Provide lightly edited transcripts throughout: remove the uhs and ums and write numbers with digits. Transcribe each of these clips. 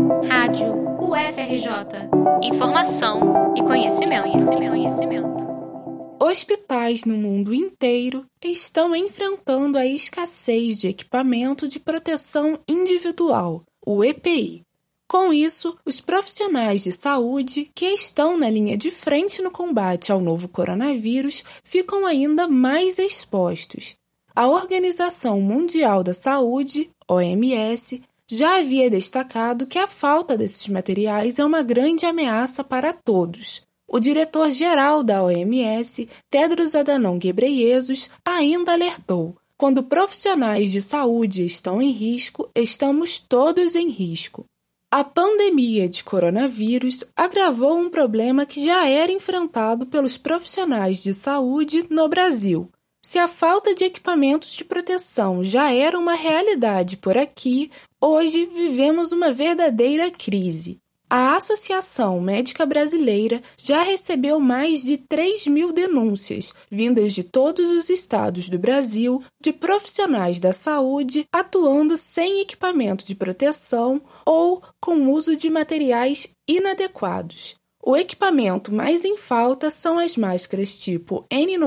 Rádio UFRJ. Informação e conhecimento. Hospitais no mundo inteiro estão enfrentando a escassez de equipamento de proteção individual, o EPI. Com isso, os profissionais de saúde que estão na linha de frente no combate ao novo coronavírus ficam ainda mais expostos. A Organização Mundial da Saúde, OMS, já havia destacado que a falta desses materiais é uma grande ameaça para todos. O diretor-geral da OMS, Tedros Adhanom Ghebreyesus, ainda alertou: quando profissionais de saúde estão em risco, estamos todos em risco. A pandemia de coronavírus agravou um problema que já era enfrentado pelos profissionais de saúde no Brasil. Se a falta de equipamentos de proteção já era uma realidade por aqui, hoje vivemos uma verdadeira crise. A Associação Médica Brasileira já recebeu mais de 3.000 denúncias, vindas de todos os estados do Brasil, de profissionais da saúde atuando sem equipamento de proteção ou com uso de materiais inadequados. O equipamento mais em falta são as máscaras tipo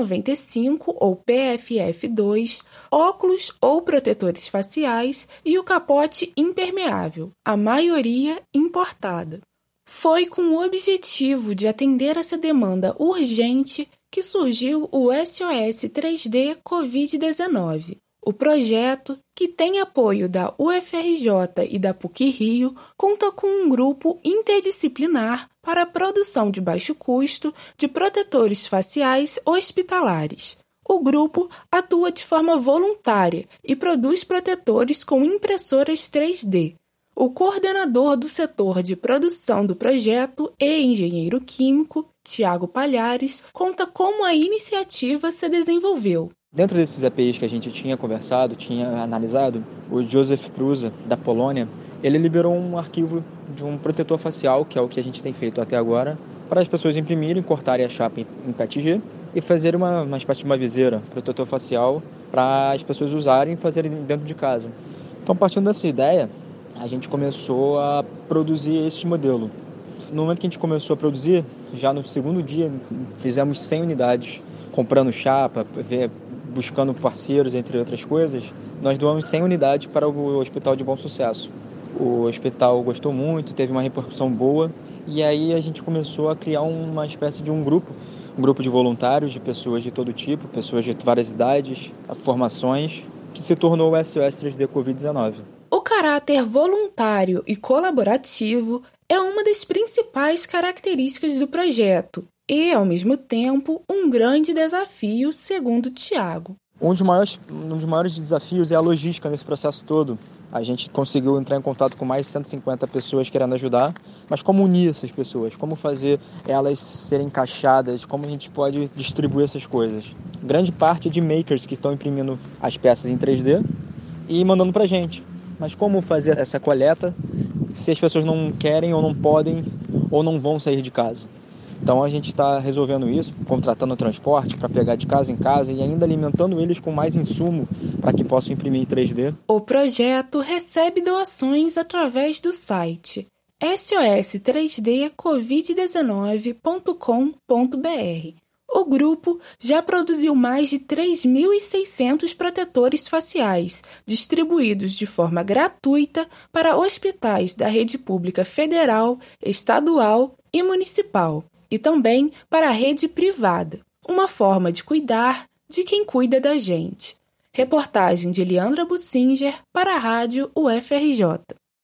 N95 ou PFF2, óculos ou protetores faciais e o capote impermeável, a maioria importada. Foi com o objetivo de atender essa demanda urgente que surgiu o SOS 3D Covid-19. O projeto, que tem apoio da UFRJ e da PUC-Rio, conta com um grupo interdisciplinar para a produção de baixo custo de protetores faciais hospitalares. O grupo atua de forma voluntária e produz protetores com impressoras 3D. O coordenador do setor de produção do projeto e engenheiro químico, Tiago Palhares, conta como a iniciativa se desenvolveu. Dentro desses EPIs que a gente tinha conversado, tinha analisado, o Joseph Prusa, da Polônia, ele liberou um arquivo de um protetor facial, que é o que a gente tem feito até agora, para as pessoas imprimirem, cortarem a chapa em PETG e fazer uma espécie de uma viseira, protetor facial, para as pessoas usarem e fazerem dentro de casa. Então, partindo dessa ideia, a gente começou a produzir esse modelo. No momento que a gente começou a produzir, já no segundo dia, fizemos 100 unidades, comprando chapa, buscando parceiros, entre outras coisas. Nós doamos 100 unidades para o Hospital de Bom Sucesso. O hospital gostou muito, teve uma repercussão boa, e aí a gente começou a criar uma espécie de um grupo de voluntários, de pessoas de todo tipo, pessoas de várias idades, formações, que se tornou o SOS 3D Covid-19. O caráter voluntário e colaborativo é uma das principais características do projeto e, ao mesmo tempo, um grande desafio, segundo Tiago. Um dos maiores desafios é a logística nesse processo todo. A gente conseguiu entrar em contato com mais de 150 pessoas querendo ajudar, mas como unir essas pessoas? Como fazer elas serem encaixadas? Como a gente pode distribuir essas coisas? Grande parte de makers que estão imprimindo as peças em 3D e mandando pra gente. Mas como fazer essa coleta se as pessoas não querem ou não podem ou não vão sair de casa? Então a gente está resolvendo isso, contratando transporte para pegar de casa em casa e ainda alimentando eles com mais insumo para que possam imprimir em 3D. O projeto recebe doações através do site sos3dcovid19.com.br. O grupo já produziu mais de 3.600 protetores faciais, distribuídos de forma gratuita para hospitais da rede pública federal, estadual e municipal, e também para a rede privada. Uma forma de cuidar de quem cuida da gente. Reportagem de Leandra Bussinger para a Rádio UFRJ.